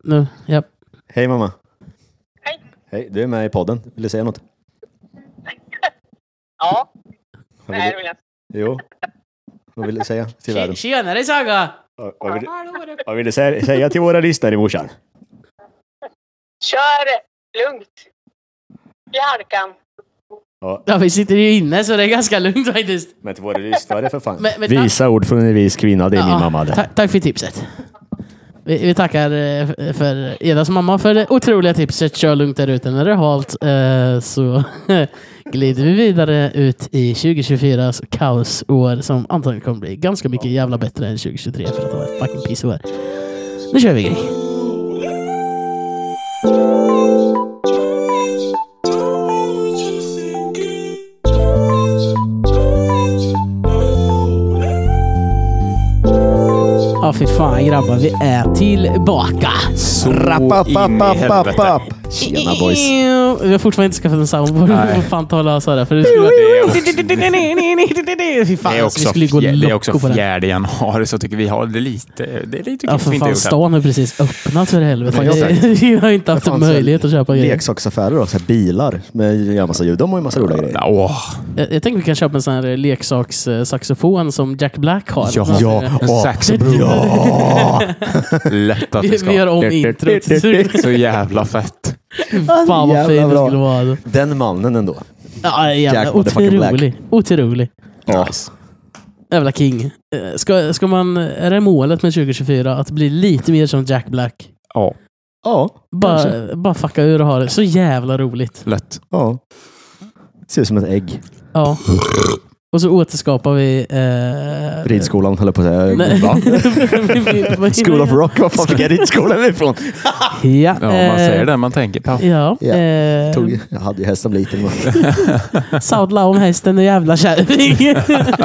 Nu, ja. Hej mamma. Hej. Hej, du är med i podden. Vill du säga något? Ja. Nej, det vill jag inte. Jo. Vad vill du säga till världen? Tjenare Saga! Vad vill du säga till våra lyssnare, morsan? Kör lugnt. I halkan. Ja, vi sitter ju inne så det är ganska lugnt faktiskt. Men till våra lyssnare för fan. Men Visa ord från en vis kvinna, det är min mamma. Tack för tipset. Vi tackar för Edas mamma för det otroliga tipset. Kör lugnt där ute när det är halt. Så glider vi vidare ut i 2024s kaosår som antagligen kommer bli ganska mycket jävla bättre än 2023 för att det var ett fucking pissår. Nu kör vi grej. Ja, för fan grabbar, vi är tillbaka. Tjena boys. Vi har fortfarande inte skaffat en soundboard. Vi får fan ta och lösa det. För det är också 4 januari så tycker vi har det lite. Det är lite ja, för fan, stan har precis öppnat för helvete. Vi har inte haft möjlighet att köpa grejer. Leksaksaffärer också, bilar med massa ljud. De har ju massa roliga grejer. Jag tänker vi kan köpa en sån här leksakssaxofon som Jack Black har. Ja. En saxofon. Lätt att vi gör om introt. Så jävla fett. Fan vad fin det skulle vara. Den mannen ändå. Ja, jävla otrolig. Nice. Jävla king. Ska man, är det målet med 2024 att bli lite mer som Jack Black? Ja. Ja. Bara fucka ur och ha det så jävla roligt. Lätt. Ja. Ser ut som ett ägg. Ja. Och så återskapar vi... Ridskolan håller på att säga. School of Rock, vad fan fick jag ridskolan ifrån? Ja, man säger det man tänker på. Ja. Jag hade ju hästen liten. Sadla om hästen och jävla kärring.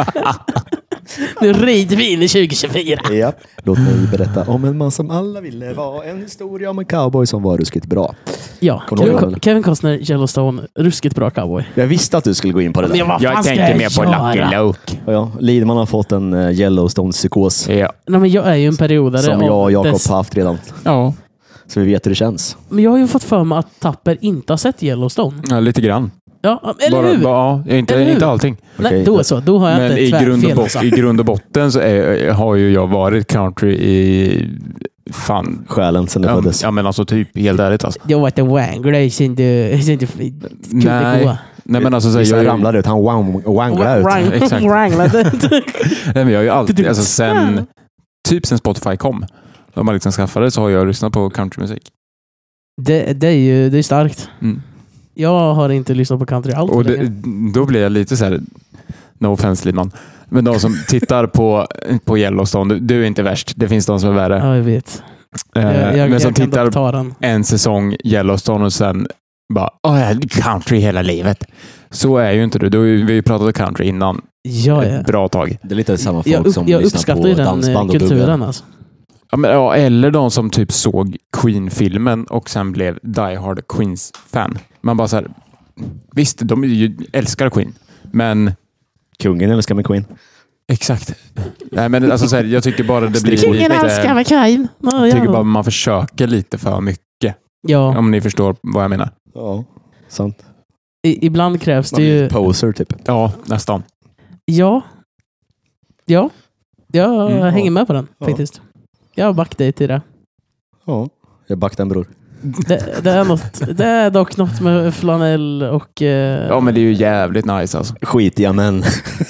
Nu rider vi in i 2024. Ja. Låt mig berätta om en man som alla ville vara. En historia om en cowboy som var ruskigt bra. Ja, Kevin Costner, Yellowstone, ruskigt bra cowboy. Jag visste att du skulle gå in på det där. Jag tänkte mer på Lucky Luke. Ja, Lidman har fått en Yellowstone-psykos. Ja. Nej, men jag är ju en periodare. Som jag och Jakob har haft redan. Ja. Så vi vet hur det känns. Men jag har ju fått för mig att Tapper inte har sett Yellowstone. Ja, lite grann. Ja, eller hur? Ja, inte allting. Nej, då har jag men inte i grund och botten så har ju jag varit country i fan själen sen det föddes. Ja, men alltså typ helt ärligt alltså. Jag var inte wangler sen du kunde gå. Nej, men alltså jag ramlade ut, han wanglade ut. Exakt. Nej, men jag har ju alltid, alltså sen Spotify kom, när man liksom skaffade så har jag lyssnat på countrymusik. Det är starkt. Mm. Jag har inte lyssnat på country allt och då blir jag lite så här, no offense Lidman, men de som tittar på Yellowstone, du är inte värst, det finns de som är värre. Ja, jag vet. Men som tittar en säsong Yellowstone och sen bara, country hela livet. Så är ju inte du. Vi pratade country innan. Ja. Ett bra tag. Det är lite samma folk som jag lyssnar på dansband och kulturen alltså. Ja, eller de som typ såg Queen-filmen och sen blev Die Hard Queens-fan. Man bara så här, visst, de älskar Queen, men kungen älskar med Queen. Exakt. Nej, men alltså så här, jag tycker bara det blir kungen älskar med Queen. Jag tycker bara man försöker lite för mycket. Ja. Om ni förstår vad jag menar. Ja, sant. Ibland krävs det ju... Poser typ. Ja, nästan. Ja. Jag hänger med på den faktiskt. Jag backar dig till det. Ja, jag backar en bror. Det är dock något med flanell och... Ja, men det är ju jävligt nice alltså. Skitiga män.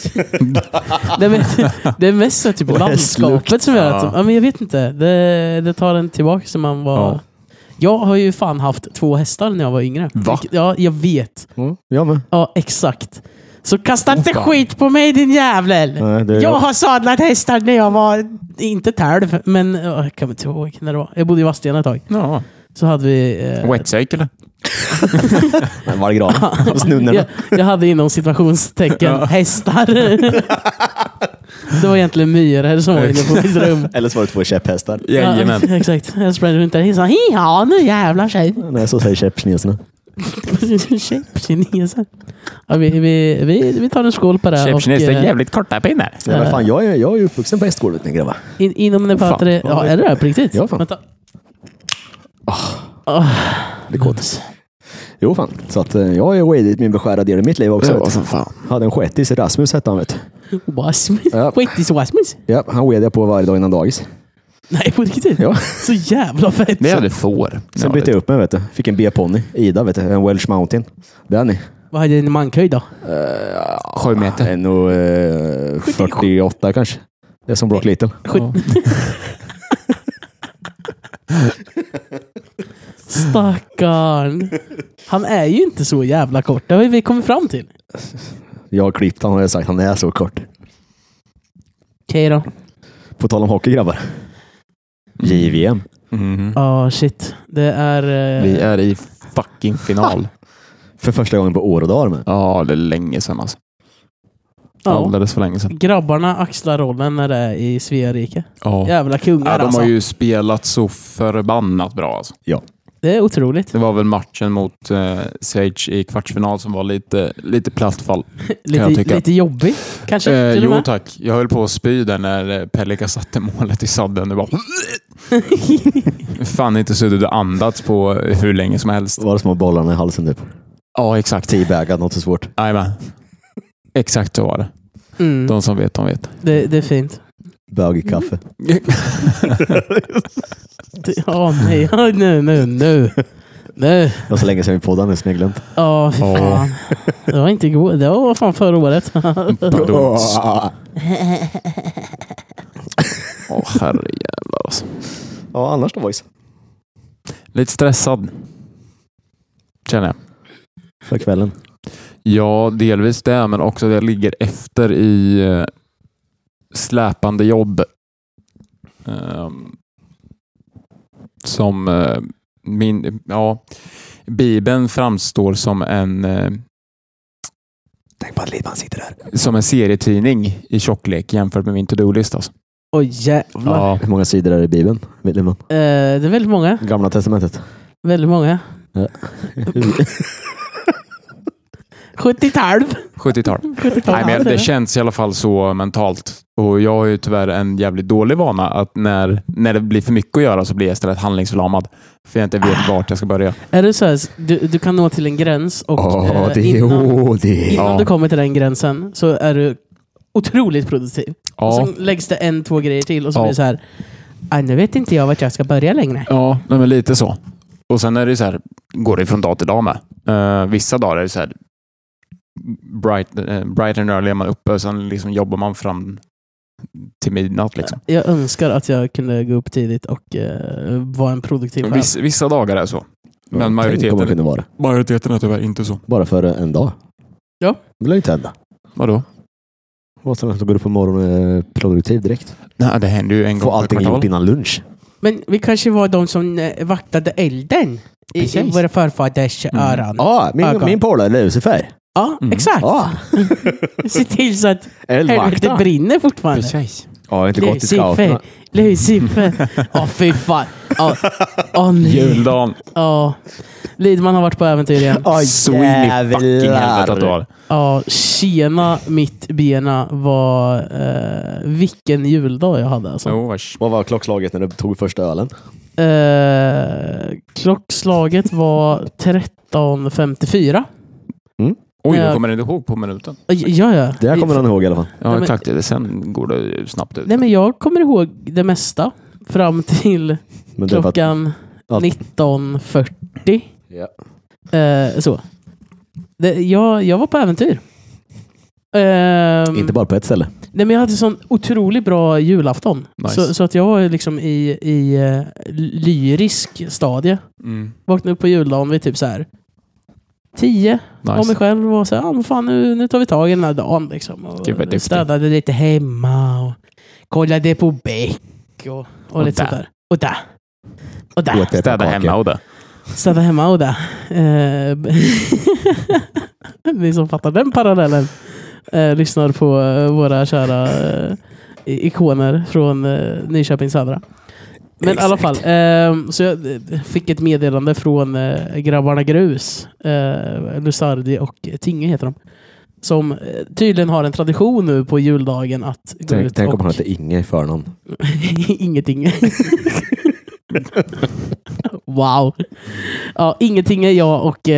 det är mest så typ landskapet som gör att... Ja, men jag vet inte. Det tar en tillbaka som man var... Ja. Jag har ju fan haft 2 hästar när jag var yngre. Va? Ja, jag vet. Jag med. Ja, exakt. Så kasta inte skit på mig, din jävel. Nej, jag har sadlat hästar när jag var inte 12, men jag kan inte ihåg när det var. Jag bodde i Vadstena ett tag. Ja. Så hade vi... Wetshake eller? Men var det gran? Jag hade inom situationstecken hästar. Det var egentligen myror som var inne på mitt rum. Eller så var det 2 käpphästar. Jajamän. Ja, exakt. Jag sprang runt där och sa, ja nu jävlar tjej. Nej, så säger käppkineserna. Käppkineser. Ja, vi tar en skål på det. Käppkineser är jävligt korta pinnar. Ja, men fan, jag är ju uppvuxen på hästgården, grabbar. Inom en pratar ja, är det där på riktigt? Ja, fan. Vänta. Det är coolt. Jo fan, så att jag har ju weedat min beskärda del i mitt liv också. Ja, som fan. Hade en sketis, Rasmus hette han vet du. Rasmus? Ja. Sketis Rasmus? Ja, han weedade jag på varje dag innan dagis. Nej, på riktigt? Ja. Så jävla fett. Vi hade får. Sen bytte jag upp mig vet du. Fick en B-pony. Ida vet du, en Welsh Mountain. Den är. Vad hade din mankhöjd då? 7 meter. En och 48 kanske. Det är som Brock Little. Ja. Stackarn. Han är ju inte så jävla kort. Det har vi kommit fram till. Jag har klippt han och jag har sagt han är så kort. Okej då. På tal om hockey grabbar. JVM. Mhm. Ja, shit. Det är... Vi är i fucking final. För första gången på år och dagar med. Ja, det är länge sedan alltså. ja. Alldeles för länge sedan. Grabbarna axlar rollen när det är i Sverige. Ja. Jävla kungar Ja, de alltså. har ju spelat så förbannat bra alltså. Ja. Det är otroligt. Det var väl matchen mot Schweiz i kvartsfinal som var lite plattfall. jag tycka. Lite jobbig. Kanske till och Jo med. tack. Jag höll på att spy där när Pelika satte målet i sadden. Det var fan inte suttit och andats på hur länge som helst. Var det små bollarna i halsen typ? Ja, exakt. Teabagad, något så svårt. Jajamän. Exakt så var det. Mm. De som vet, de vet. Det är fint. Bögig kaffe. Ja, nej. Ja, nu. Det var så länge sedan vi poddade, nu som jag glömt. Ja, fy fan. Det var inte god. Det var fan förra året. Herrejävlar alltså. Ja, annars då boys. Lite stressad. Känner jag. För kvällen. Ja, delvis det, men också det ligger efter i släpande jobb. Som Bibeln framstår som en Tänk på att Lidman sitter där. som en serietidning i tjocklek jämfört med min to-do-list alltså. Oj jävlar. Ja. Hur många sidor är det i Bibeln? Vet Lidman? Det är väldigt många. Gamla testamentet. Väldigt många. Ja. 70-tal. 70-tal. Nej, men det känns i alla fall så mentalt. Och jag har ju tyvärr en jävligt dålig vana att när det blir för mycket att göra så blir jag istället handlingsförlamad. För jag inte vet vart jag ska börja. Är det så här, du kan nå till en gräns och innan du kommer till den gränsen så är du otroligt produktiv. Ja. Och sen läggs det 1-2 grejer till och så Ja. blir det så här, nu vet inte jag vart jag ska börja längre. Ja, men lite så. Och sen är det så här, går det från dag till dag med. Vissa dagar är det så här bright and early är man uppe och sen liksom jobbar man fram till midnatt liksom. Jag önskar att jag kunde gå upp tidigt och vara en produktiv Men chef. vissa dagar är så. Men Tänk om man kunde majoriteten är tyvärr inte så. Bara för en dag. Ja. Det vill inte hända. Vadå? Vad som att gå upp på morgonen och är produktiv direkt. Nej, det händer ju en Få gång per allting gjort kvartal. innan lunch. Men vi kanske var de som vaktade elden i Precis. våra förfaders öron. Ja, min polare Lucifer. Ja, exakt. Ja. Se till så att helvete Eldvakta. brinner fortfarande. Precis. Ja, jag har inte gått i scouterna. Lucifer. Åh, fy fan. Åh, nej. Juldagen. Ja. Lidman har varit på äventyr igen. Swing i fucking helvete att det var. Ja, tjena mitt bena var vilken juldag jag hade alltså. Jo, vars. Vad var klockslaget när du tog första ölen? Klockslaget var 13.54. Oj, Ja. jag kommer inte ihåg på minuten. Ja. Det här kommer han ihåg i alla fall. Ja, men- exakt. Sen går det ju snabbt ut. Nej, men jag kommer ihåg det mesta fram till Men det är för att- klockan Ja. 19.40. Ja. Så. Jag var på äventyr. Inte bara på ett ställe. Nej, men jag hade sån otroligt bra julafton. Nice. Så att jag var liksom i lyrisk stadie. Mm. Vaknade upp på juldagen vid typ så här 10 av mig själv och var så här, men fan, nu tar vi tag i den här dagen liksom. Gud, vad Och duktig. städade lite hemma och kollade på Beck och lite sånt där. Och där. Åt Städa pepparkakor. hemma och det. Städa hemma och där. Ni som fattar den parallellen lyssnar på våra kära ikoner från Nyköping Södra. Men i alla fall, så jag fick ett meddelande från grabbarna Grus, Lusardi och Tinge heter de, som tydligen har en tradition nu på juldagen att gå ut Tänk om och... han heter Inge i förnamn. Ingenting. Wow. Ja, ingenting är jag och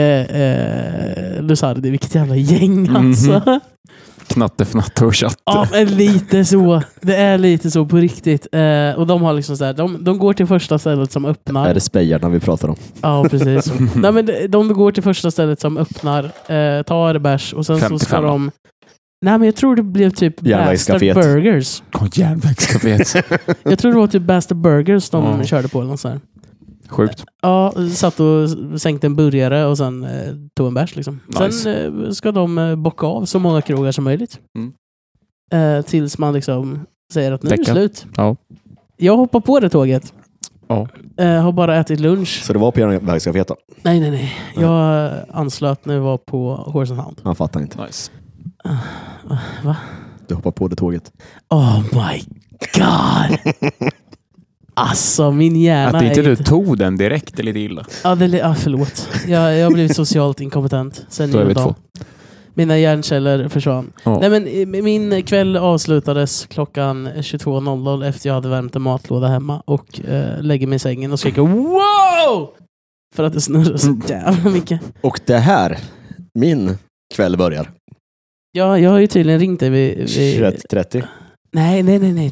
Lusardi. Vilket jävla gäng alltså. Knatte, fnatte och chatte. Ja, men lite så. Det är lite så på riktigt. Och de har liksom så här, de går till första stället som öppnar. Är det spejarna vi pratar om? Ja, precis. Nej, men de går till första stället som öppnar, tar bärs och sen 55. så ska de... Nej, men jag tror det blev typ Bastard Järnvägscaféet. Burgers. Järnvägscaféet. Jag tror det var typ Bastard Burgers de körde på. Eller något så här. Sjukt. Ja, satt och sänkte en burgare och sen tog en bärs liksom. Nice. Sen ska de bocka av så många krogar som möjligt. Tills man liksom säger att nu är det slut. Ja. Jag hoppar på det tåget. Ja. Har bara ätit lunch. Så det var på järnvägscaféet då? Nej. Jag anslöt när jag var på Horse and Hound. Han fattar inte. Nice. Va? Du hoppar på det tåget. Oh my god! Alltså, min hjärna Att inte är du tog den direkt är lite illa. Ja, förlåt. Jag har blivit socialt inkompetent sen Då är vi idag. två. Mina hjärnceller försvann. Ja. Nej, men min kväll avslutades klockan 22.00 efter jag hade värmt en matlåda hemma och lägger mig i sängen och skriker wow! För att det snurrar så jävla mycket. Och det här, min kväll börjar. Ja, jag har ju tydligen ringt dig vid 21.30. Nej.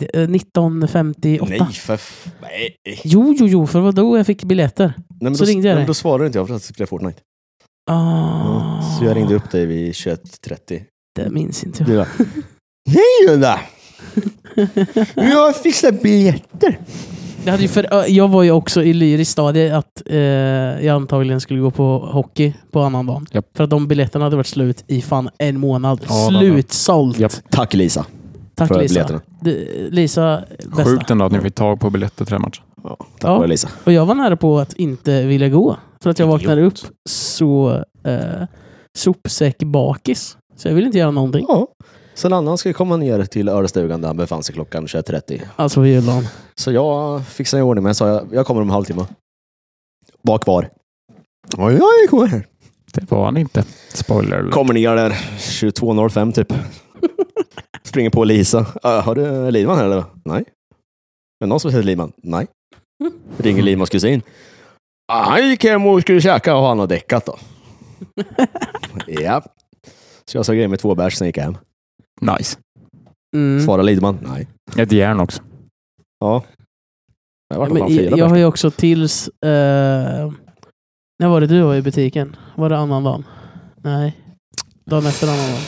19.58. Nej. Jo, för vad då jag fick biljetter. Men så ringde jag dig. Men då svarade inte jag för att jag spelade Fortnite. Ah, Så jag ringde upp dig vid 21.30. det minns inte jag. Du bara, hej Jonna! Jag fixar biljetter. Det hade ju jag var ju också i lyrisk stadie att jag antagligen skulle gå på hockey på annan dagen. Japp. För att de biljetterna hade varit slut i fan en månad. Ja, Slutsålt. Japp. Tack Lisa. Tack för Lisa. biljetterna. Lisa, bästa. Sjukt ändå att ni fick tag på biljetter till den matchen. Ja, tack Ja. vare Lisa. Och jag var nära på att inte vilja gå. För att jag vaknade upp så sopsäck bakis. Så jag vill inte göra någonting. Ja. Sen annan ska komma ner till Örstugan där han befann sig klockan 21.30. Alltså på juldagen. Så jag fixade i ordning med så jag kommer om en halvtimme. Var kvar. Oj, jag kommer här. Det var han inte. Spoiler. Kommer ner där 22.05 typ. Springer på Lisa. Har du Lidman här eller? Nej. Men någon som heter Lidman? Nej. Ringer Lidmans kusin. Han gick hem och skulle käka och han har däckat då. Ja. Så jag sa grejer med 2 bärs, sen gick jag hem. Nice. Svarar Lidman? Nej. Ett järn också. Ja. Jag var Men jag har ju också tills... när var det du var i butiken? Var det annan dagen? Nej. Dagen efter annan dagen.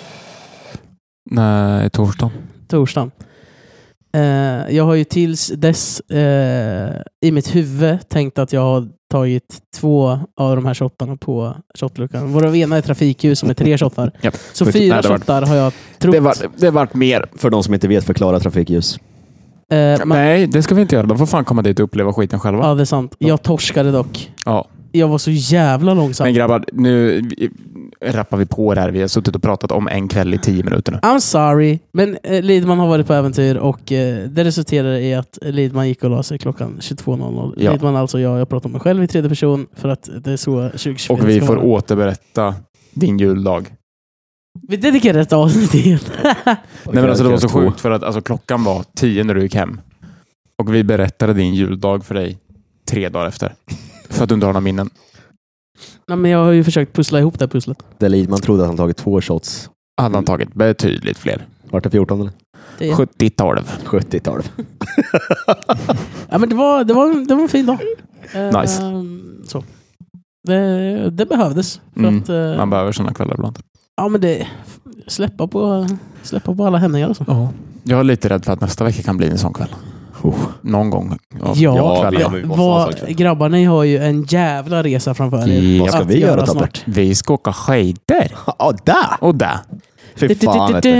Nej, Torsdagen. Jag har ju tills dess i mitt huvud tänkt att jag har tagit 2 av de här shottarna på shotluckan. Våra ena är trafikljus som är 3 shottar. Japp. Så 4 shottar har jag trott. Det vart mer. För de som inte vet, förklara trafikljus. Nej, det ska vi inte göra. De får fan komma dit och uppleva skiten själva. Ja, det är sant. Jag torskade dock. Ja. Jag var så jävla långsam. Men grabbar, nu rappar vi på det här. Vi har suttit och pratat om en kväll i 10 minuter nu. I'm sorry. Men Lidman har varit på äventyr och det resulterade i att Lidman gick och la sig klockan 22.00. Ja. Lidman alltså jag pratar om mig själv i 3:e person för att det är så 2024 Och vi ska får vara. återberätta din juldag. Vi dedikerar ett avsnitt till. Nej, men alltså det var så sjukt för att alltså, klockan var 10 när du gick hem. Och vi berättade din juldag för dig 3 dagar efter. För att du inte har några minnen. Nej, men jag har ju försökt pussla ihop det här pusslet. Där Lidman trodde att han tagit 2 shots. Hade han tagit betydligt fler. Vart det 14 eller? 70-12. 70-tal. Ja, men det var en fin dag. Nice. Så. Det behövdes. För att, Man behöver sådana kvällar ibland. ja, men det släppa på alla hämningar. Alltså. Ja. Jag är lite rädd för att nästa vecka kan bli en sån kväll. Någon gång. Grabbar, ni har ju en jävla resa framför er. Vad ska vi göra snart? Vi ska åka skidor. Ja, där! Och där. Fy fan, vet du.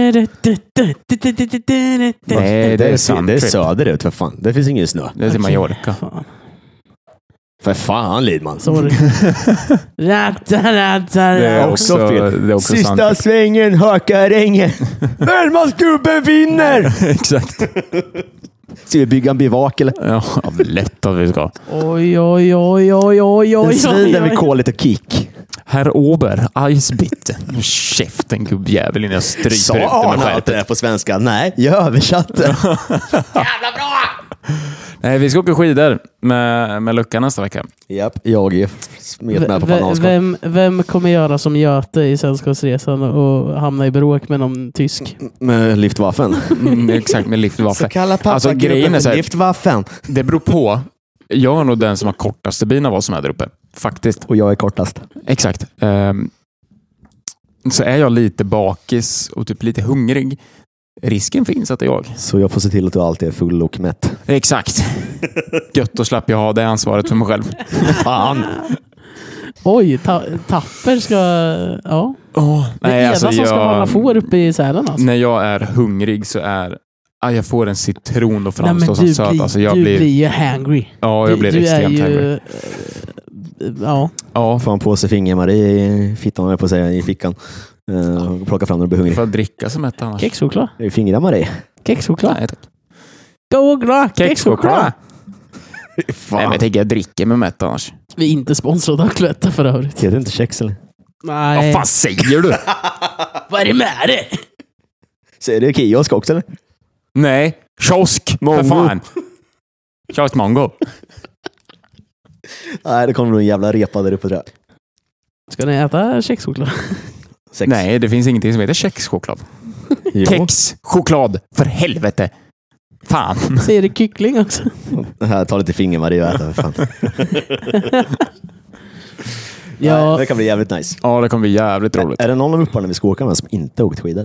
Nej, det är sant. Det är söderut, för fan. Det finns ingen snö. Det är till Mallorca. Fan. För fan, Lidman. Sorry. Det är också fel. Det är också Sista sant. svängen, Hökarängen. Värmlandsgubben vinner! Exakt. Ska vi bygga en bivak eller? Ja, lätt att vi ska. Oj. En svider med kolet och kick. Herr Ober, Icebit. Käften gubbjävel innan jag stryper Sa ut det med Arne att det är skätet. på svenska? Nej, jag översatte. Jävla bra! Nej, vi ska åka skidor med Lucka nästa vecka. Japp, jag är smet med på bananskal. Vem kommer göra som Göte i Sällskapsresan och hamna i bråk med någon tysk? Med Liftwaffen. Exakt, med Liftwaffe. Så kalla pappa Alltså, grejen är så här, Liftwaffen. det beror på. Jag är nog den som har kortaste bilen av oss som är där uppe. Faktiskt. Och jag är kortast. Exakt. Så är jag lite bakis och typ lite hungrig. Risken finns att det är jag. Så jag får se till att du alltid är full och mätt. Exakt. Gött, och slapp jag ha det ansvaret för mig själv. Fan. Oj, Tapper ska... Ja. Det är alltså, som ska hålla får uppe i Sälen alltså. När jag är hungrig så är... jag får en citron och framstår som söt. Alltså, du blir ju hangry. Ja, jag blir extremt hangry. Ja. Får han på sig Finger-Marie i fittan, på sig i fickan. Och plocka fram när du blir hungrig. Får jag dricka som ett annars? Kexchoklad. Det är Fingrar-Marie. Kexchoklad. Nej, tack. Googla Kexchoklad. Nej, men jag tänker jag dricker med mätt annars. Vi är inte sponsrade av Cloetta för övrigt. Heter det inte kex eller? Nej. Vad fan säger du? Vad är det med det? Säger det kiosk också eller? Nej, kiosk. Mongo. För fan. Kiosk Mongo. Nej, det kommer nog en jävla repa där uppe tror jag. Ska ni äta kexchoklad? Nej, det finns ingenting som heter kexchoklad. Kexchoklad, för helvete. Fan. Säger det kyckling också? Det här tar lite Finger-Marie och äta. Fan. Ja. Nej, det kan bli jävligt nice. Ja, det kommer bli jävligt roligt. Är det någon av upparna vi ska åka med som inte åkt skidor?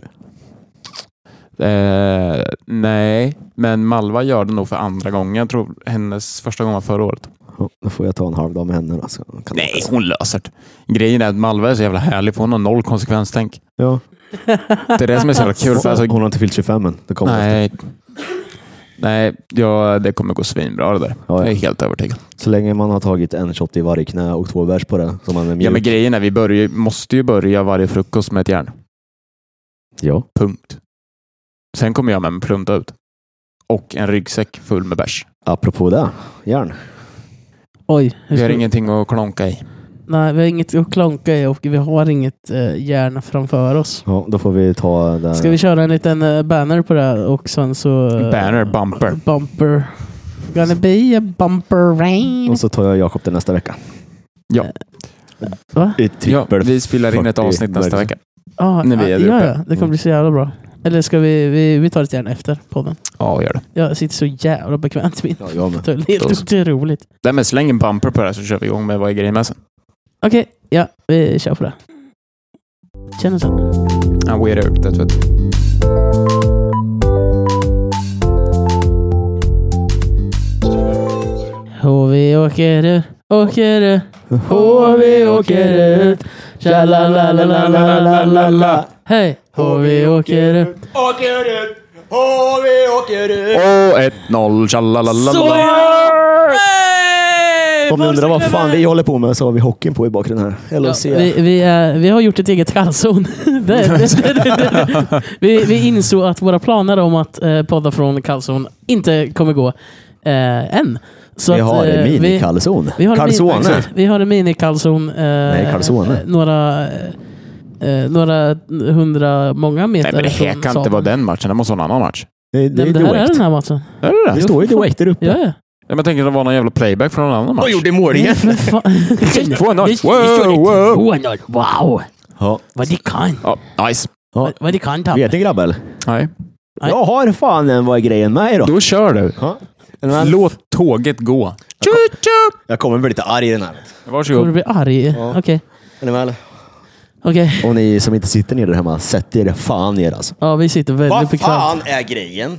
Nej, men Malva gör det nog för andra gången. Jag tror hennes första gång var förra året. Ja, då får jag ta en halv dag med henne. Alltså. Nej, hon löser det. Grejen är att Malva är så jävla härlig, för hon har noll konsekvenstänk. Ja. Det är det som är så jävla kul. För alltså, hon har inte fyllt 25 än. Det kommer det kommer gå svinbra det där. Ja. Jag är helt övertygad. Så länge man har tagit en shot i varje knä och 2 bärs på det. Som man är mjuk. Ja, men grejen är vi måste ju börja varje frukost med ett järn. Ja. Punkt. Sen kommer jag med en plunta ut. Och en ryggsäck full med bärs. Apropå det, järn. Oj. Vi har ingenting att klonka i. Nej, vi har inget att klonka i och vi har inget järn framför oss. Ja, då får vi ta det. Ska vi köra en liten banner på det och sen så... Banner, bumper. Bumper. Gonna be a bumper rain. Och så tar jag Jakob den nästa vecka. Ja. Va? Ja, vi spelar in ett avsnitt nästa vecka. När vi är ja, det kommer bli så jävla bra. Eller ska vi tar ett järn efter podden? Ja, gör det. Jag sitter så jävla bekvämt i min. Ja, jag med. Det är helt otroligt. Nej, men släng en bumper på det här så kör vi igång med vad är grejen med sen. Okej, ja, vi kör på det. Känner så. Ja, we're out, det vet. Och vi åker ut. Och vi åker ut. Tjalalalalalalalala. Hej, och vi åker ut. Och vi åker ut. Och 1-0, tjalalalala. Om ni undrar vad fan vi håller på med så har vi hockeyn på i bakgrunden här. LOC. Vi har gjort ett eget kallzon. Vi insåg att våra planer om att podda från kallzon inte kommer gå än. Så vi har en mini-kalzon. Vi har en mini-kalzon. Nej, kalzone. Några många meter. Nej, men det här kan inte vara den matchen. Det måste vara en annan match. Det här är den här matchen. Är det det? Det står ju direkt där uppe. Ja. Ja, men tänker att det var någon jävla playback från en annan match. Och gjorde mål igen. 2-0. Wow. Ja. Vad de kan. Ja, nice. Ja. Vad de kan ta. Vet ni grabbar? Nej. Nej. Jag har fan vad är grejen med då? Då kör du. Ja. Låt tåget gå. Jag kommer bli lite arg i den här. Kommer du Varsågod. bli arg? Ja. Okej. Är ni väl? Okej. Och ni som inte sitter ner där hemma, sätt er fan ner alltså. Ja, vi sitter väldigt bekvämt. Vad fan är grejen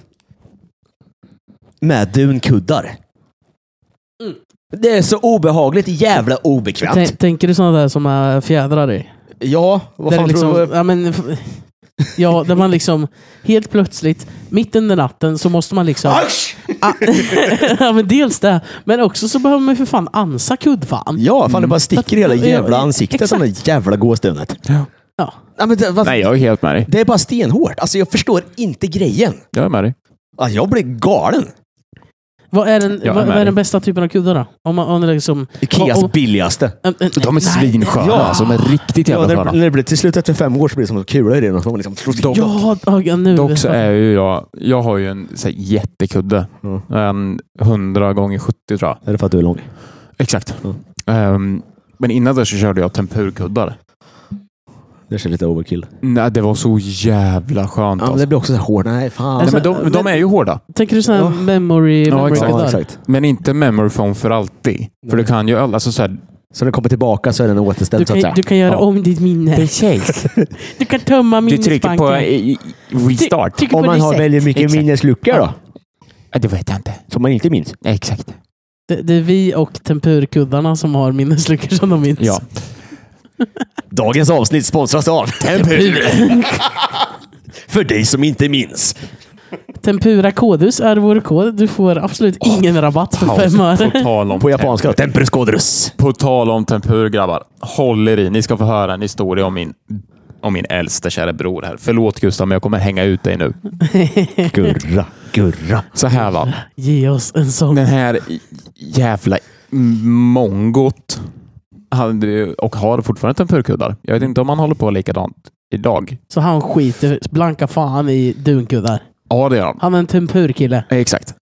med dunkuddar? Det är så obehagligt, jävla obekvämt. Tänker du sådana där som är fjädrar i? Ja, vad fan liksom, tror du? ja, men, ja, där man liksom helt plötsligt, mitt under natten så måste man liksom... ja, men dels det. Men också så behöver man för fan ansa kuddfan. Ja, fan det bara sticker i hela jävla ansiktet som det jävla gåsdunet. Ja. Ja, men Nej, jag är helt med dig. det är bara stenhårt. Alltså jag förstår inte grejen. Jag är med dig. Alltså, jag blir galen. Vad är den bästa typen av kuddar då? Om det liksom, Ikeas billigaste. De är svinsköna. Ja. Alltså, de är riktigt jävla sköna. När det blir till slut efter 5 år så blir det som en kula i det. Och man liksom nu. Dock så är ju jag har ju en så här, jättekudde. En 100x70 tror jag. Är det för att du är lång? Exakt. Men innan det så körde jag tempurkuddar. Det känns lite overkill. Nej, det var så jävla skönt. Ja, men det blir också så här hårt. Nej, fan. Nej, men de är ju hårda. Tänker du sådana här memory exakt. Men inte memory foam för alltid. För du kan ju alltså så här. Så när den kommer tillbaka så är den återställd så att säga. Du kan göra om ditt minne. Precis. Du kan tömma minnesbanken. Du trycker på restart. Om man har väldigt mycket minnesluckor då? Ja, det vet jag inte. Som man inte minns? Exakt. Det är vi och tempurkuddarna som har minnesluckor som de minns. Ja. Dagens avsnitt sponsras av Tempur. För dig som inte minns. Tempura kodus är vår kod. Du får absolut ingen rabatt för 5 öre. På japanska. Tempur kodus. På tal om tempur, grabbar. Håll er i. Ni ska få höra en historia om min äldsta kära bror här. Förlåt Gustav, men jag kommer hänga ut dig nu. Gurra. Så här va. Ge oss en sån. Den här jävla mongot hade och har fortfarande tempurkuddar. Jag vet inte om han håller på likadant idag. Så han skiter blanka fan i dunkuddar. Ja, det gör han. Han är en tempurkille. Exakt.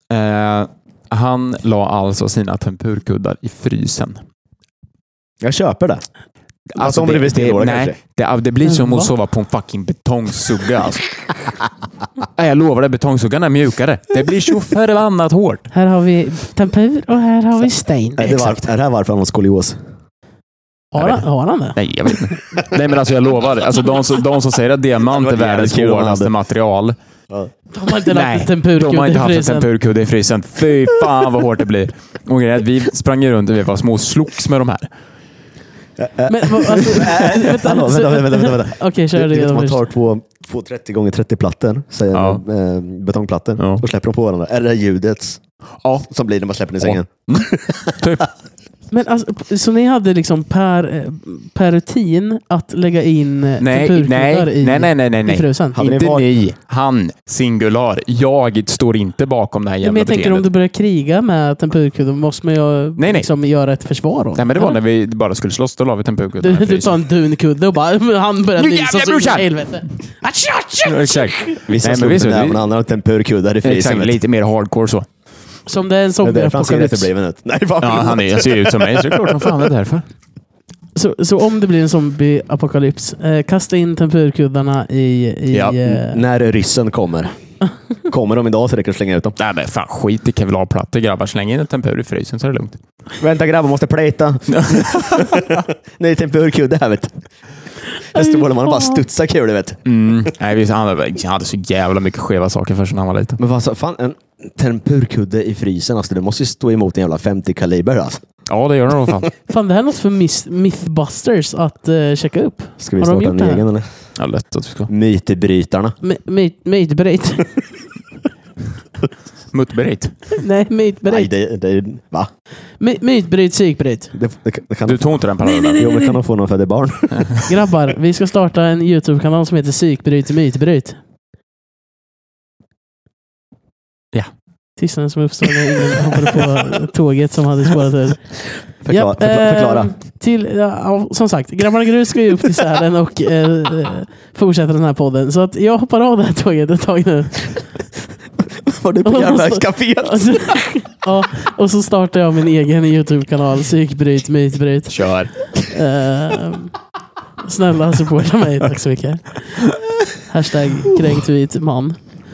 Han la alltså sina tempurkuddar i frysen. Jag köper det. Alltså om det blir stillåda kanske. Det blir som att sova på en fucking betongsugga. Alltså. Jag lovar det, betongsuggan är mjukare. Det blir så förbannat hårt. Här har vi tempur och här har vi sten. Är det här varför han har skolios? Har han det? Nej, jag vet inte. Nej, men alltså jag lovar. Alltså de som säger att diamant är världens hårdaste material. De har inte lagt en tempurkudde i frysen. Fy fan vad hårt det blir. Och vi sprang runt och vi var små slogs med de här. Men vänta. Okej, kör det. Man tar två 30x30 plattor, säger betongplattor, och släpper dem på varandra. Är det här ljudet som blir när man släpper den i sängen? Typ. Men alltså, så ni hade liksom per rutin att lägga in tempurkuddar i frysen? Inte ni. Han, singular. Jag står inte bakom det här jävla beteendet. Men jag tänker om du börjar kriga med tempurkuddar måste man ju liksom göra ett försvar om. Nej, men det var när vi bara skulle slåss, då la vi tempurkuddar. Du tar en dunkudde och bara han börjar nysa så in i helvete. Exakt. Vissa slog den där, men andra har tempurkuddar i frysen. Lite mer hardcore så. Som det är en zombie-apokalyps. Han ser ut som mig, så det är klart som fan det är därför. Så om det blir en zombie-apokalyps, kasta in tempurkuddarna i när ryssen kommer. Kommer de idag så räcker det att slänga ut dem. Nej, men fan, skit i kevlarplattor, grabbar. Släng in en tempur i frysen så är det lugnt. Vänta grabbar, måste plejta. Nej, tempurkudde här vet du. Jag står och man bara studsar kul, vet. Nej, han hade så jävla mycket skeva saker för sig när han var liten. Men vad fan, en tempurkudde i frysen, alltså, det måste ju stå emot en jävla 50-kaliber alltså. Ja, det gör det nog fan. Fan, det här är något för Mythbusters att checka upp. Ska vi starta en egen eller? Ja, lätt att vi ska. Mytbrytarna. Mytbryt. Muttbryt? Nej, mytbryt. Nej, det va? Mytbryt, psykbryt. Du tog inte den parallellen? Jo, men kan de få någon för det barn? Grabbar, vi ska starta en YouTube-kanal som heter Psykbryt mytbryt. Ja. Tystnaden som uppstod när ingen hoppade på tåget som hade spårat över. Förklara. Som sagt, Grabbarna Grus ska ju upp till Sälen och fortsätta den här podden. Så att jag hoppar av det här tåget ett tag nu. Var du på järnvägscaféet? Ja, och så startar jag min egen YouTube-kanal Psykbryt mytbryt. Kör. Snälla supporta mig, tack så mycket. Hashtag kränkt man.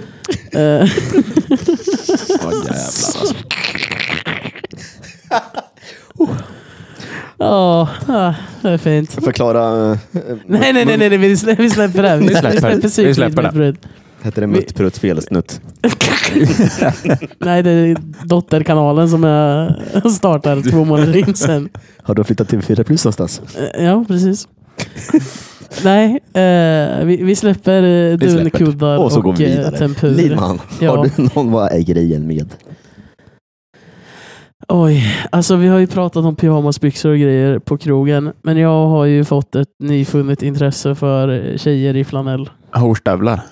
Ja, det är fint. Förklara. Nej, vi släpper det här. Vi släpper det. Heter det Muttprutt felsnutt? Nej, det är dotterkanalen som jag startar 2 månader in sen. Har du flyttat till 4 plus någonstans? Ja, precis. Nej, vi släpper dunkuddar och, så går vi vidare. Tempur. Lidman, har du någon vad är grejen med? Oj, alltså vi har ju pratat om pyjamasbyxor och grejer på krogen, men jag har ju fått ett nyfunnet intresse för tjejer i flanell. Hårstövlar?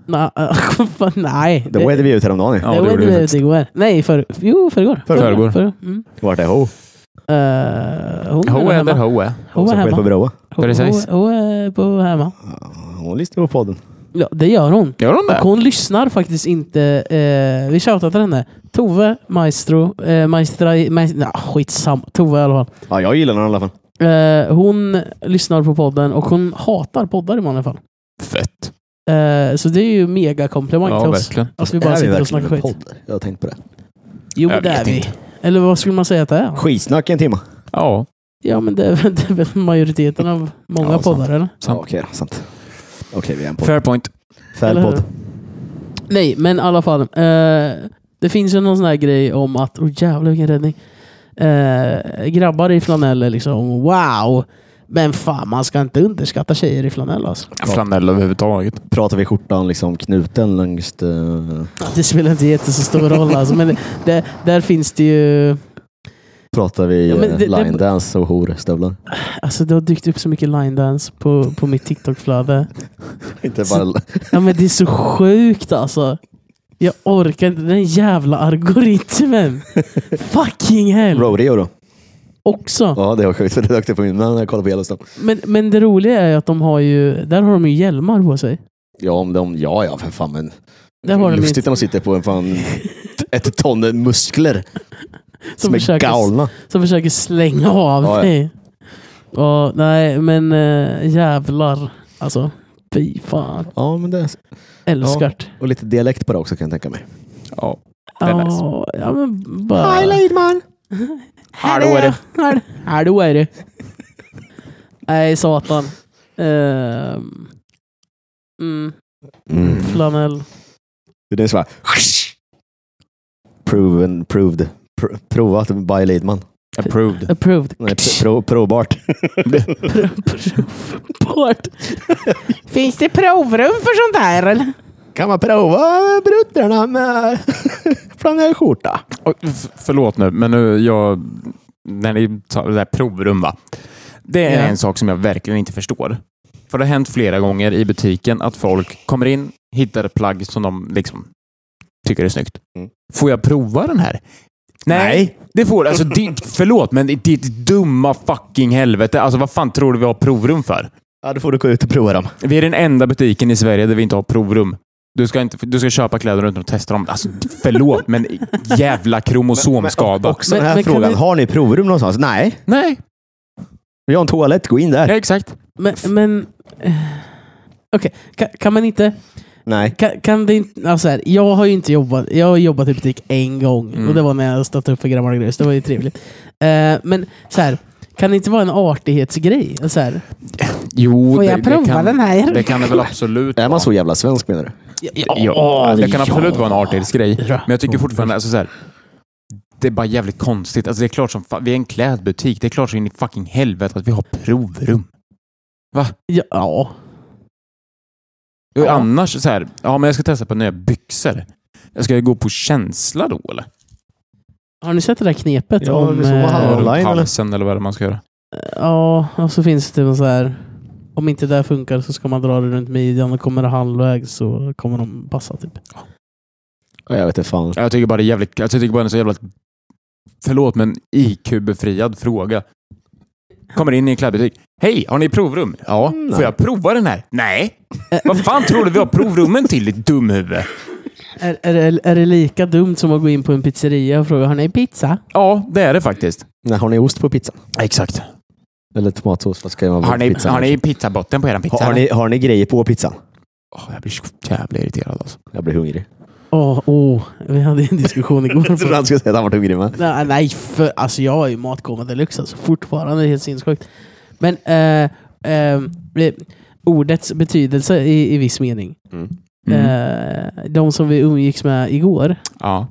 Nej. Det var det vi ut häromdagen. Ja, det det var gjorde vi det faktiskt. igår. Nej, förrgår. Förrgår. Mm. Vart är Ho? Hon Hoe är är där hemma. hoe är. Hon är Som på hemma. Broa. Precis. Hon är på hemma. Hon lyssnar på podden. Ja, det gör hon. Gör hon Och det? hon lyssnar faktiskt inte. Vi shoutar till henne. Tove, Maestro, skitsamma. Tove i alla fall. Ja, jag gillar den i alla fall. Hon lyssnar på podden och hon hatar poddar i många fall. Fett. Så det är ju mega komplimang Ja, till oss. verkligen. Att vi bara Är vi sitter och verkligen snackar en skit. podd? Jag har tänkt på det. Jo, Jag det är vet vi. inte. Eller vad skulle man säga att det är? Skitsnack i en timme. Ja, Ja, men det är väl majoriteten av många Ja, poddar, eller? Ja, okej, sant. Okej, vi är en podd. fair point. Fair Eller podd. hur? Nej, men i alla fall. Det finns ju någon sån här grej om att, jävlar vilken räddning. Grabbar i flanell är liksom, wow. Men fan, man ska inte underskatta tjejer i flanell alltså. Flanell överhuvudtaget. Pratar vi skjortan liksom knuten längst... Det spelar inte jätteså stor roll alltså, men där finns det ju... pratar vi Ja, men line dance och horstövlar? Alltså det har dykt upp så mycket line dance på mitt TikTok-flöde. Inte bara... Ja, men det är så sjukt alltså. Jag orkar inte den jävla algoritmen. Fucking hell. Rodeo då? Också. Ja, det var sjukt för det dök på min när jag kollade på Yellowstone. Men det roliga är att de har ju, där har de ju hjälmar på sig. Ja, om de... Ja, för fan, men... Där har de lustigt inte- när de sitter på en fan... ett ton muskler. Som är försöker, galna. som försöker slänga av Ja, ja. dig. Och, nej, men jävlar. Alltså, fy fan. Ja, men det... Älskart. Och lite dialekt på det också kan jag tänka mig. Ja, det är nice. Ja, men bara... Leidman! Hallå är det. Hallå är det. Nej, satan. Flanell. Det är så här... Proved. Provat by Leidman. Approved. Approved. Nej, provbart. Provbart. Finns det provrum för sånt här eller? Kan man prova bruttarna med flanellskjorta? Förlåt nu, men nu när ni tar det där provrum va? Det är en sak som jag verkligen inte förstår. För det har hänt flera gånger i butiken att folk kommer in, hittar ett plagg som de liksom tycker är snyggt. Får jag prova den här? Nej. Det får alltså förlåt, men det är dumma fucking helvete. Alltså vad fan tror du vi har provrum för? Ja, då får du gå ut och prova dem. Vi är den enda butiken i Sverige där vi inte har provrum. Du ska köpa kläder runt och testa dem. Alltså förlåt, men jävla kromosomskada. Också den här men frågan. kan vi- Har ni provrum någonstans? Nej. Nej, Vi har en toalett. Gå in där. ja, exakt. Men okej, kan man inte... Nej. Kan det inte... Alltså här, jag har ju inte jobbat... Jag har jobbat i butik en gång. Och det var när jag startade upp för Grandma Grus. Det var ju trevligt. Men så här, kan det inte vara en artighetsgrej? Så här, Jo, får jag prova den här? Det kan det väl absolut Är man så jävla svensk menar du? Ja, det kan absolut vara en artighetsgrej. Men jag tycker fortfarande alltså, så här, det är bara jävligt konstigt. Alltså, det är klart som vi är en klädbutik. Det är klart så in i fucking helvete att vi har provrum. Va? Ja. Annars så här, ja men jag ska testa på nya byxor. Jag ska gå på känsla då eller? Har ni sett det där knepet? Ja, om, det är så man har. Runt Online, halsen eller vad man ska göra. Ja, och så finns det så här... Om inte det funkar så ska man dra det runt midjan och kommer det halvvägs så kommer de passa typ. Ja, jag vet inte fan. Jag tycker bara det är jävligt, jag tycker bara det är så jävla förlåt men IQ-befriad fråga. Kommer in i en klädbutik. Hej, har ni provrum? Ja. Får jag prova den här? Nej. Vad fan tror du vi har provrummen till, ditt dumhuvud? Är det lika dumt som att gå in på en pizzeria och fråga, har ni pizza? Ja, det är det faktiskt. Nej, har ni ost på pizzan? Exakt. Eller tomatsås? Vad ska man Har ni, pizzan? har ni pizzabotten på er pizza? Har ni grejer på pizzan? Jag blir så jävla irriterad alltså. Jag blir hungrig. Vi hade en diskussion igår. Jag trodde han skulle säga att han var hungrig med. Nej, för alltså jag är ju matkoma deluxe alltså, fortfarande helt sinnessjukt. Men ordets betydelse i viss mening. De som vi umgicks med igår Ja.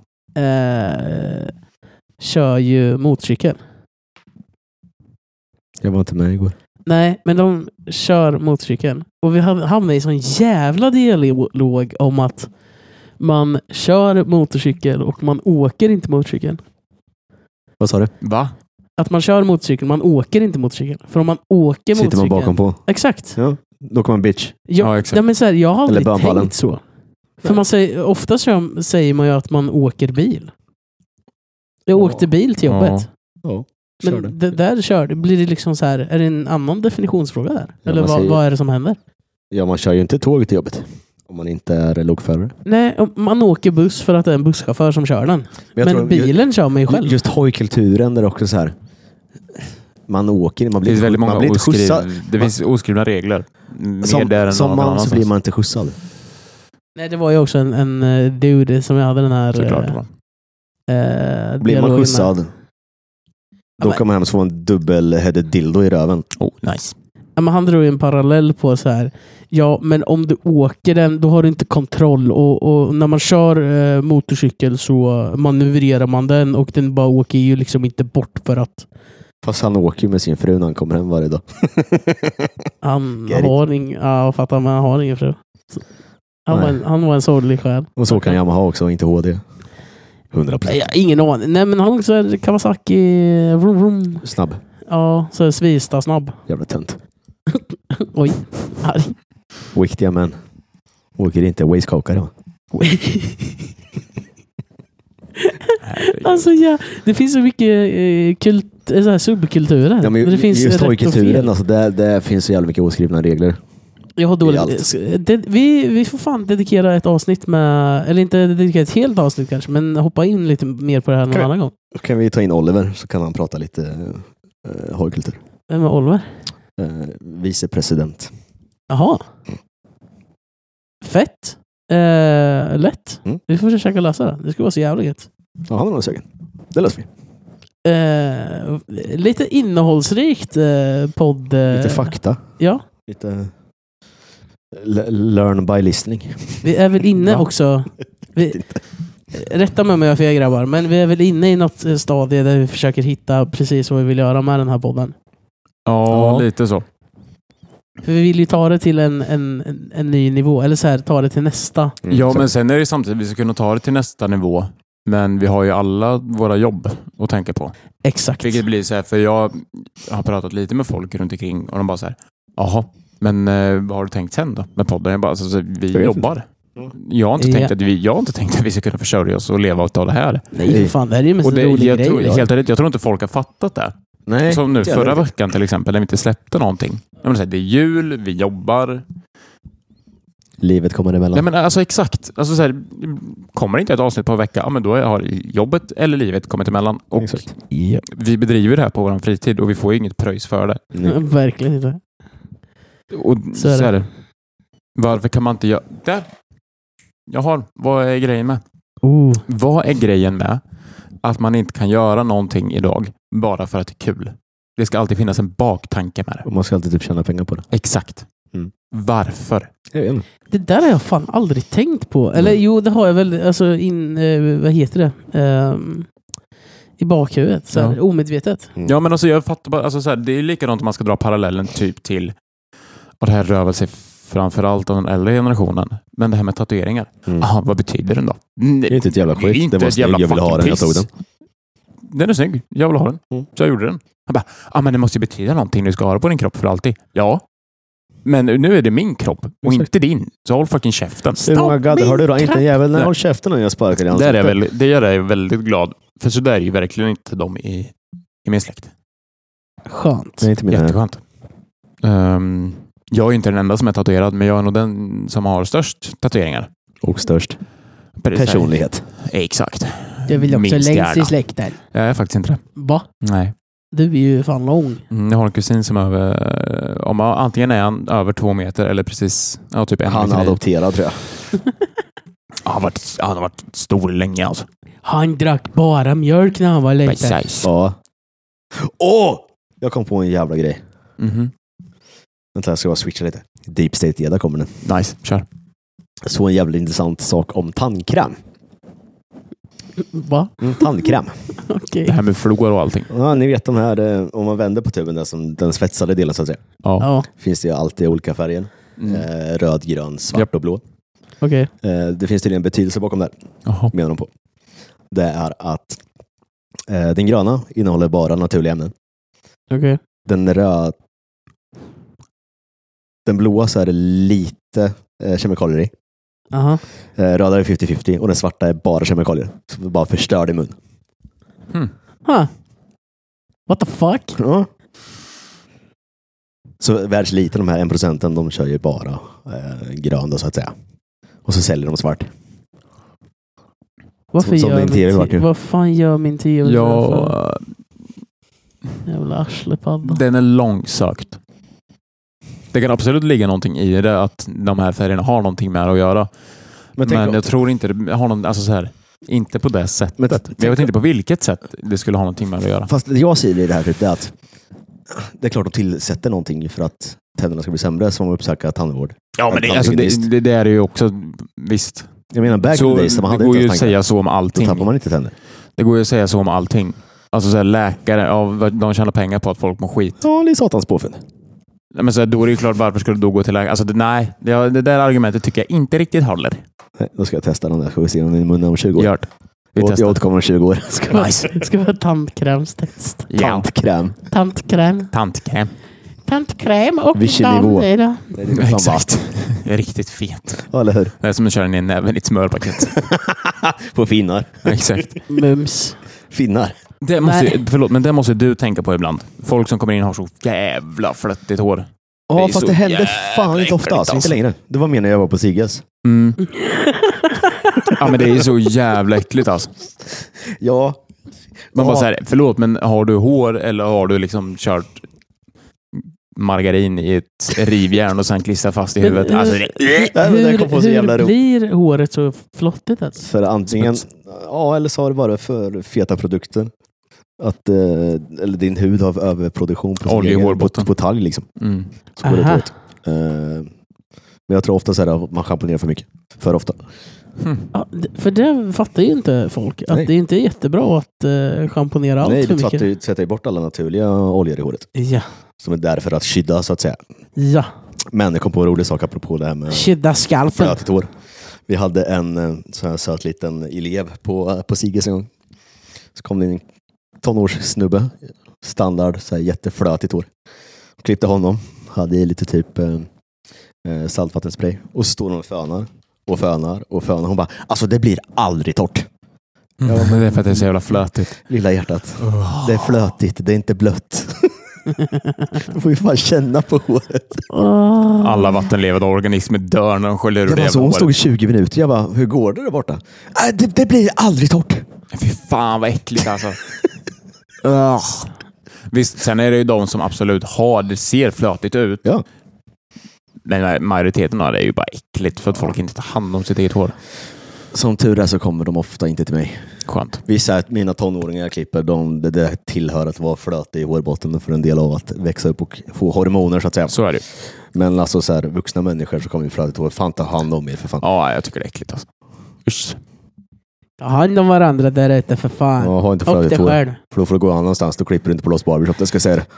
kör ju motorcykel. Jag var inte med igår. Nej, men de kör motorcykeln. Och vi hamnade i en sån jävla dialog om att man kör motorcykel och man åker inte motorcykeln. Vad sa du? Va? Att man kör motorcykel, man åker inte motorcykel. För om man åker Sitter motorcykeln... man bakom på? Exakt. Ja, då kommer man bitch. Ja, exakt. Nej, men så här, jag har aldrig Eller bönpallen. tänkt så. För man säger, oftast säger man ju att man åker bil. Jag åkte bil till jobbet. Ja. Men där körde, blir det liksom så här, är det en annan definitionsfråga där? Ja, eller vad är det som händer? Ja, man kör ju inte tåg till jobbet. Om man inte är lokförare. Nej, man åker buss för att det är en busschaufför som kör den. Men bilen kör man ju själv. Just hojkulturen där också så här. Man åker, man blir, det finns väldigt många inte skjutsad. Det finns oskrivna regler. Som man så blir man inte skjutsad. Nej, det var ju också en dude som jag hade den här... Blir man skjutsad, då kan man hem och få en dubbelheaded dildo i röven. Oh, nice. Ja, men han drog en parallell på så här. Ja, men om du åker den, då har du inte kontroll. Och när man kör motorcykel så manövrerar man den och den bara åker ju liksom inte bort för att... Fast han åker med sin fru när han kommer hem varje dag. Han har ingen fru. Han var en sorglig själ. Och så kan Yamaha också, inte HD. 100%. Ja, ingen aning. Nej, men han också är Kawasaki vroom, vroom. Snabb. Ja, så är Svista snabb. Jävla tönt. Oj, arg. Viktiga män. Åker inte waste-kokare. Alltså ja, det finns så mycket subkulturer. Ja, men det finns just hojkulturen, alltså, det finns så jävla mycket oskrivna regler. Jag har dåligt. Vi får fan dedikera ett avsnitt med, eller inte dedikera ett helt avsnitt kanske, men hoppa in lite mer på det här någon annan gång. Kan vi ta in Oliver så kan han prata lite hojkultur. Vem är Oliver? Vicepresident. Jaha. Fett. Lätt. Vi får försöka lösa det. Det skulle vara så jävla gött. Ja, han har någon sögen. Det löser vi. Lite innehållsrikt podd. Lite fakta. Ja. Lite learn by listening. Vi är väl inne också. Rätta mig om jag har fel, grabbar. Men vi är väl inne i något stadie där vi försöker hitta precis vad vi vill göra med den här podden. Ja, lite så. För vi vill ju ta det till en ny nivå. Eller så här, ta det till nästa. Ja, men sen är det samtidigt vi ska kunna ta det till nästa nivå. Men vi har ju alla våra jobb att tänka på. Exakt. Vilket blir så här, för jag har pratat lite med folk runt omkring och de bara så här, jaha, men vad har du tänkt sen då med podden? Jag bara, alltså, vi jobbar. Jag har inte tänkt att vi ska kunna försörja oss och leva av det här. Nej, för fan, det är ju mest en rolig grej. Jag tror inte folk har fattat det. Nej, som nu förra veckan till exempel, när vi inte släppte någonting. Det är jul, vi jobbar. Livet kommer emellan. Nej, men alltså exakt. Alltså, så här, kommer det inte ett avsnitt på en vecka, ja, men då har jobbet eller livet kommit emellan. Och vi bedriver det här på vår fritid och vi får ju inget pröjs för det. Verkligen inte. Och så är det. Varför kan man inte göra det? Vad är grejen med? Vad är grejen med att man inte kan göra någonting idag bara för att det är kul? Det ska alltid finnas en baktanke med det. Och man ska alltid typ tjäna pengar på det. Exakt. Varför? Det där har jag fan aldrig tänkt på. Eller jo, det har jag väl. Alltså vad heter det? I bakhuvudet. Så här, omedvetet. Ja, men alltså jag fattar bara. Alltså, så här, det är likadant om man ska dra parallellen typ till. Och det här rör sig framförallt av den äldre generationen. Men det här med tatueringar. Aha, vad betyder den då? Det är inte ett jävla skit. Det var snygg, jag vill ha den. Jag tog den. Den är snygg. Jag vill ha den. Så jag gjorde den. Han bara, men det måste ju betyda någonting. Du ska ha det på din kropp för alltid. Ja. Men nu är det min kropp och inte din. Så håll fucking käften. Hör du då? Inte en jävel. Nej, håll käften när jag sparkar i ansiktet. Det gör jag väldigt glad. För så där är ju verkligen inte de i min släkt. Skönt. Det är inte jätteskönt. Jag är inte den enda som är tatuerad, men jag är nog den som har störst tatueringar. Och störst personlighet. Exakt. Det vill också längst i släkten. Jag är faktiskt inte det. Va? Nej. Du är ju fan lång. Jag har en kusin som antingen är han över 2 meter eller precis typ 1 meter. Han är adopterad, tror jag. Han har varit stor länge alltså. Han drack bara mjölk när han var liten. Precis. Ja. Jag kom på en jävla grej. Vänta, jag ska bara switcha lite. Deep State Eda kommer nu. Nice, kör. Så en jävla intressant sak om tandkräm. Va? Tandkräm. Okay. Det här med flår och allting. Ja, ni vet de här, om man vänder på tuben, där som den svetsade delen så att säga. Ja. Finns det ju alltid olika färger. Röd, grön, svart och blå. Okay. Det finns tydligen en betydelse bakom det här. Menar de på. Det är att den gröna innehåller bara naturliga ämnen. Okay. Den blåa så är det lite kemikalier i. Aha. Röda är 50-50 och den svarta är bara kemikalier. Så det bara förstör din mun. Huh. What the fuck? Ja. Så världsliten, de här 1%, de kör ju bara grön då, så att säga. Och så säljer de svart. Varför som gör min TV vart ju. vad fan gör min TV? Ja, Jävla arslepadda. den är långsökt. Det kan absolut ligga någonting i det, att de här färgerna har någonting med att göra. Men jag tror inte det har någon, alltså så här, inte på det sättet. Men jag vet inte på vilket sätt det skulle ha någonting med att göra. Fast jag säger i det här typ, det är att det är klart att de tillsätter någonting för att tänderna ska bli sämre, som uppsöka tandvård. Ja, men det är ju också, visst. Jag menar, back in days, man hade det går inte ju att säga så om allting. Då tappar man inte tänder. Det går ju att säga så om allting. Alltså så här, läkare, de tjänar pengar på att folk mår skit. Ja, det är satans påfund. Men så här, då är det ju klart, varför skulle du då gå till läkare? Alltså det där argumentet tycker jag inte riktigt håller. Nej, då ska jag testa den där. Ska vi se om i munnen om 20 år. Gör det. Jag återkommer om 20 år. Ska vara tandkrämstest. Ja. Tantkräm. Tandkräm och Vilken nivå? Då. Exakt. Riktigt fet. Ja, eller hur? Det är som att köra ner näven i ett smörpaket. På finnar. Exakt. Mums. Finnar. Men det måste du tänka på ibland. Folk som kommer in har så jävla flöttigt hår. Ja, fast det händer fan inte ofta. Alltså. Inte längre. Det var mer när jag var på Sigas. Ja, men det är så jävla äckligt alltså. Ja. Man bara säger, förlåt, men har du hår eller har du liksom kört margarin i ett rivjärn och sen klistrar fast i huvudet? Alltså, hur blir håret så flottigt? Alltså? För antingen, eller så har det bara för feta produkter. Att eller din hud har överproduktion på talg liksom. Så går det ut. Men jag tror ofta så här att man schamponerar för mycket. För ofta. Ja, för det fattar ju inte folk. Att det inte är jättebra att schamponera allt för mycket. Nej, du sätter ju bort alla naturliga oljor i håret. Ja. Som är där för att skydda, så att säga. Ja. Men det kom på en rolig sak apropå det här med skydda skalpen. Flötigt hår. Vi hade en sån här söt liten elev på Siges en gång. Så kom det en tonårssnubbe. Standard, så här jätteflötigt hår. Klippte honom. Hade i lite typ saltvattenspray. Och så står hon och fönar. Och fönar. Hon bara, alltså det blir aldrig torrt. Ja, men det är för att det är så jävla flötigt. Lilla hjärtat. Det är flötigt, det är inte blött. Du får ju fan känna på håret. Alla vattenlevande organismer dör när de sköljer ur det jävla håret. Hon stod i 20 minuter. Jag bara, hur går det där borta? Det blir aldrig torrt. Fy fan vad äckligt alltså. Visst, sen är det ju de som absolut det ser flötigt ut. Ja. Men majoriteten av det är ju bara äckligt för att folk inte tar hand om sitt eget hår. Som tur är så kommer de ofta inte till mig. Skönt. Vissa mina tonåringar klipper, det tillhör att vara flötig i hårbotten för en del av att växa upp och få hormoner, så att säga. Så är det. Men alltså så här, vuxna människor så kommer ju flötigt hår. Fan, ta hand om er för fan. Ja, jag tycker det är äckligt alltså. Usch. Ta hand om varandra där ute för fan. Ja, ha inte flötigt hår. För då får du gå annanstans. Då klipper du inte på Lost Barbershop, det ska jag säga det.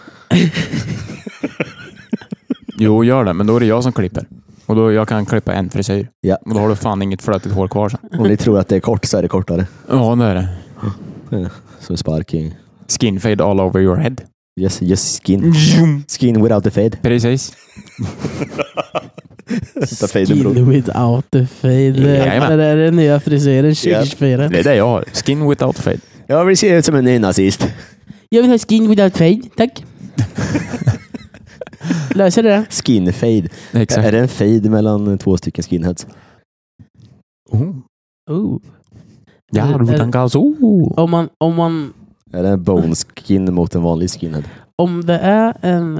Jo, gör det. Men då är det jag som klipper. Och då jag kan klippa en frisyr. Ja. Och då har du fan inget flötigt hår kvar sen. Om ni tror att det är kort så är det kortare. Ja, det är det. Ja, som sparking. Skin fade all over your head. Yes, skin. Skin without the fade. Precis. Skin without the fade. Det är den nya frisyren 2024. Det är det jag har. Skin without fade. Jag vill se ut som en ny nazist. Jag vill ha skin without fade, tack. Löser det? Skin fade. Exakt. Är det en fade mellan 2 stycken skinheads? Ja, du tänker så. Om man är det en bone skin mot en vanlig skinhead? Om det är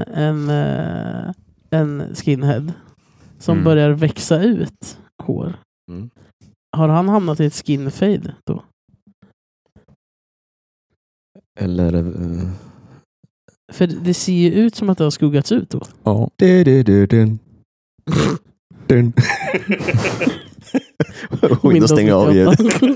en skinhead som börjar växa ut hår. Har han hamnat i ett skin fade då? Eller för det ser ju ut som att det har skuggats ut då. Ja. Windows stänger av ljud.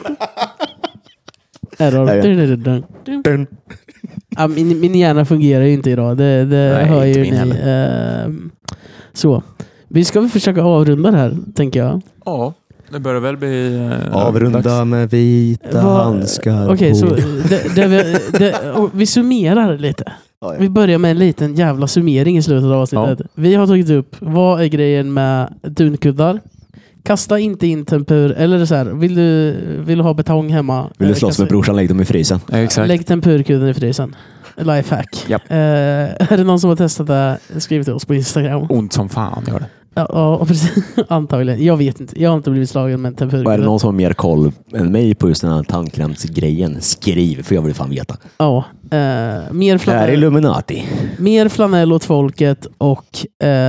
Min hjärna fungerar ju inte idag. Det nej, hör ju ni. Så. Vi ska väl försöka avrunda det här, tänker jag. Ja. Det börjar väl bli... avrunda med vita handskar. Okej, så vi summerar lite. Ja. Vi börjar med en liten jävla summering i slutet av avsnittet. Ja. Vi har tagit upp, vad är grejen med dunkuddar? Kasta inte in tempur. Eller så här, vill du ha betong hemma? Vill du slåss med brorsan, lägg dem i frysen. Exakt. Lägg tempurkudden i frysen. Lifehack. Japp. Är det någon som har testat det? Skriv till oss på Instagram. Ont som fan gör det. Ja, precis. Antagligen. Jag vet inte. Jag har inte blivit slagen med en tempurkudde. Och är det någon som har mer koll än mig på just den här tandkrämsgrejen, skriv, för jag vill fan veta. Ja. Mer Det här är Illuminati. Mer flanell åt folket och...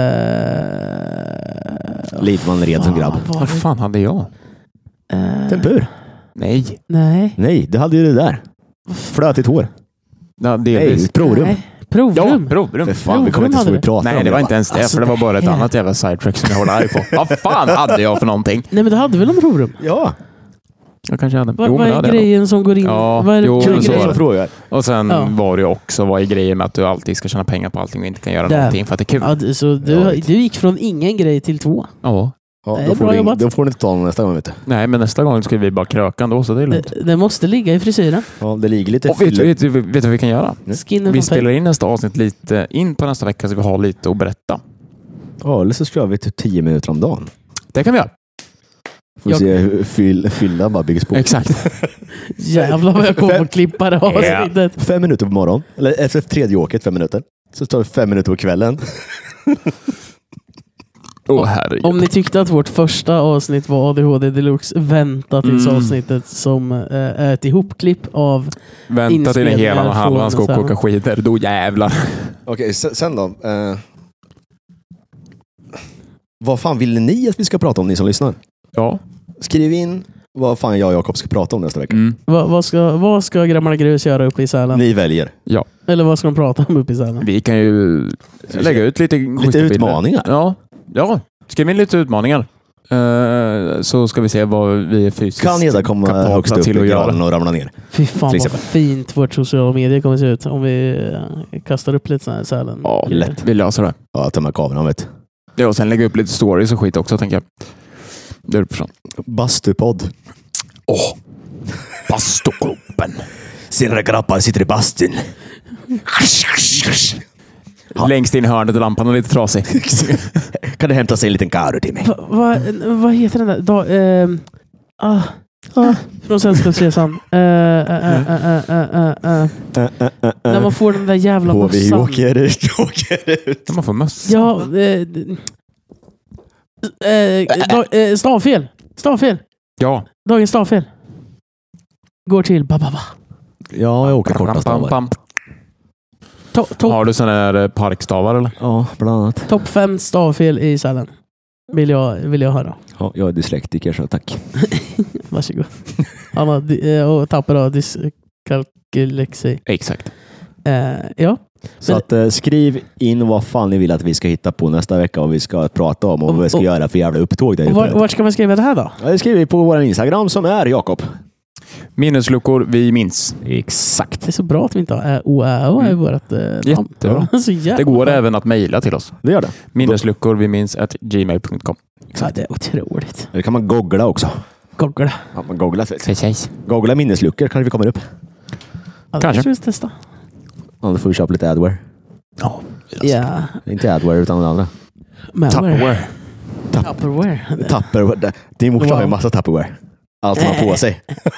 Lidman red som grabb. Vad fan hade jag? Tempur? Nej. Nej, det hade ju det där. Flötigt hår. Ja, Nej, delvis. provrum. Nej. Provrum. Ja, provrum. För fan, vi kommer inte stå och prata om Nej, det var inte ens det, Alltså, för det var bara ett annat jävla sidetrack som jag håller arg på. Vad fan hade jag för någonting? Nej, men det hade väl en provrum? Ja. Jag kanske hade. Vad men är det hade jag grejen som går in? Ja, Vad är det jo, för men så grej? var det. Frågar. Och sen Ja. var det ju också vad är grejen med att du alltid ska tjäna pengar på allting och inte kan göra Där. någonting för att det är kul. Ja, så du gick från ingen grej till 2. Ja. Ja, Nej, då, bra får du, jobbat. då får du inte ta någon nästa gång, vet du. Nej, men nästa gång ska vi bara kröka ändå, så det är lugnt. Det måste ligga i frisyren. Ja, det ligger lite Och vet du vad vi kan göra? Skinner Vi från spelar in nästa avsnitt lite in på nästa vecka så vi har lite att berätta. Ja, eller så kör vi till 10 minuter om dagen. Det kan vi göra. Får Jag- se hur fylla bara byggs på. Exakt. Jävlar vad jag kommer att klippa det avsnittet. 5 minuter på morgonen. Eller efter tredje åket 5 minuter. Så tar det 5 minuter på kvällen. Herregud. Om ni tyckte att vårt första avsnitt var ADHD Deluxe, vänta tills avsnittet som är ett ihopklipp av Vänta till den hela och inspelningar halvan ska från åka skidor. Då jävlar. Okej, sen då. Vad fan vill ni att vi ska prata om, ni som lyssnar? Ja. Skriv in vad fan jag och Jakob ska prata om nästa vecka. vad ska grabbarna Grus göra uppe i Sälen? Ni väljer. Ja. Eller vad ska de prata om uppe i Sälen? Vi kan ju lägga ut lite schyssta bilder. utmaningar. Ja. Skriv in lite utmaningar. Så ska vi se vad vi är fysiskt Kan Eda komma kapabla högst upp till i att graden göra. och ramla ner? Fy fan Till vad exempel. fint vårt sociala medier kommer se ut om vi kastar upp lite sådana här Sälen. Ja, lätt. vi löser det. Ja, ta med kameran, vet. Ja, och sen lägga upp lite stories och skit också, tänker jag. Det är det förstås. Bastupodd. Bastuklubben. Sina grabbar sitter i bastun. Längst in i hörnet och lampan är lite trasig. Kan du hämta sig en liten karo till mig? Vad heter den där? Från Sällskapsresan. När man får den där jävla Vi mössan. åker ut. Man får möss. Ja, stavfel. Ja. Dagens stavfel. Går till bababa. Ja, jag åker korta stavar. Pam. Topp Har du såna här parkstavar eller? Ja, bland annat. top 5 stavfel i Sälen. Vill jag höra. Ja, jag är dyslektiker, så tack. Varsågod. Han har och tappar av dyskalkylexi. Exakt. Ja. Så att, skriv in vad fan ni vill att vi ska hitta på nästa vecka och vi ska prata om och vad vi ska göra för jävla upptåg där uppe. Vart ska man skriva det här då? Ja, det skriver vi på vår Instagram som är Jakob. Minnesluckor vi minns. Exakt. Det är så bra att vi inte har OÄO i vårt namn. Jättebra. Så jävla Det går bra. även att mejla till oss. Det gör det. Minnesluckor vi minns @gmail.com. Ja, det är otroligt. Det kan man googla också. Googla. Ja, man googlar. Precis. Googla minnesluckor kanske vi kommer upp. Ja, Kanske. det ska vi testa. Ja, då får vi köpa lite adware. Ja. Ja. Inte adware utan det andra. Malware. Tupperware. Tupperware. Tupperware. Din morsa har ju en massa Tupperware. Allt som har på sig.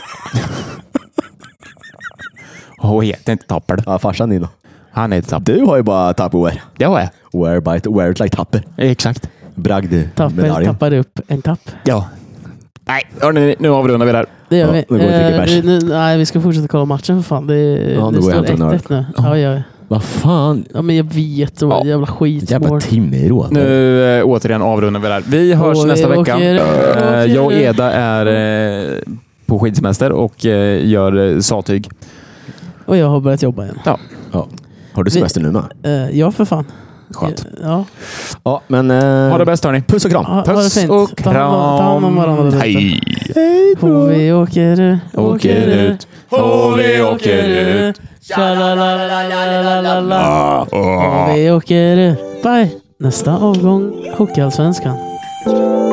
Hon heter inte Tapper. Ja, farsan din då. Han heter Tapper. Du har ju bara Tupperware. Det har jag. Wear it like Tapper. Exakt. Tapper Bragd. tappar upp en tapp. Ja. Nej, hörni, nu avrundar vi där. Det gör Ja, vi. nu går vi och dricker bärs. Nej, vi ska fortsätta kolla matchen för fan. Det Ja, det då går jag står och hämtar 1-1 nu. Ja. Vad fan? Ja, men jag vet. Ja. Jävla Jävla skitsmål. Timrå. Nu återigen avrundar vi där. Vi hörs Och nästa vi vecka. åker- Jag och Eda är på skidsemester och gör satyg. Och jag har börjat jobba igen. Ja. Har du semester nu med? Ja, för fan. Skönt. Ja. Ja, men... Ha det bäst hörni. Puss och kram. Ha det Puss fint. och Ta hand om varandra kram. där ute. Hej. Och vi åker ut. Åker ut. Och vi åker ut. Tja-la-la-la-la-la-la. Och vi åker ut. Bye. Nästa avgång Hockeyallsvenskan.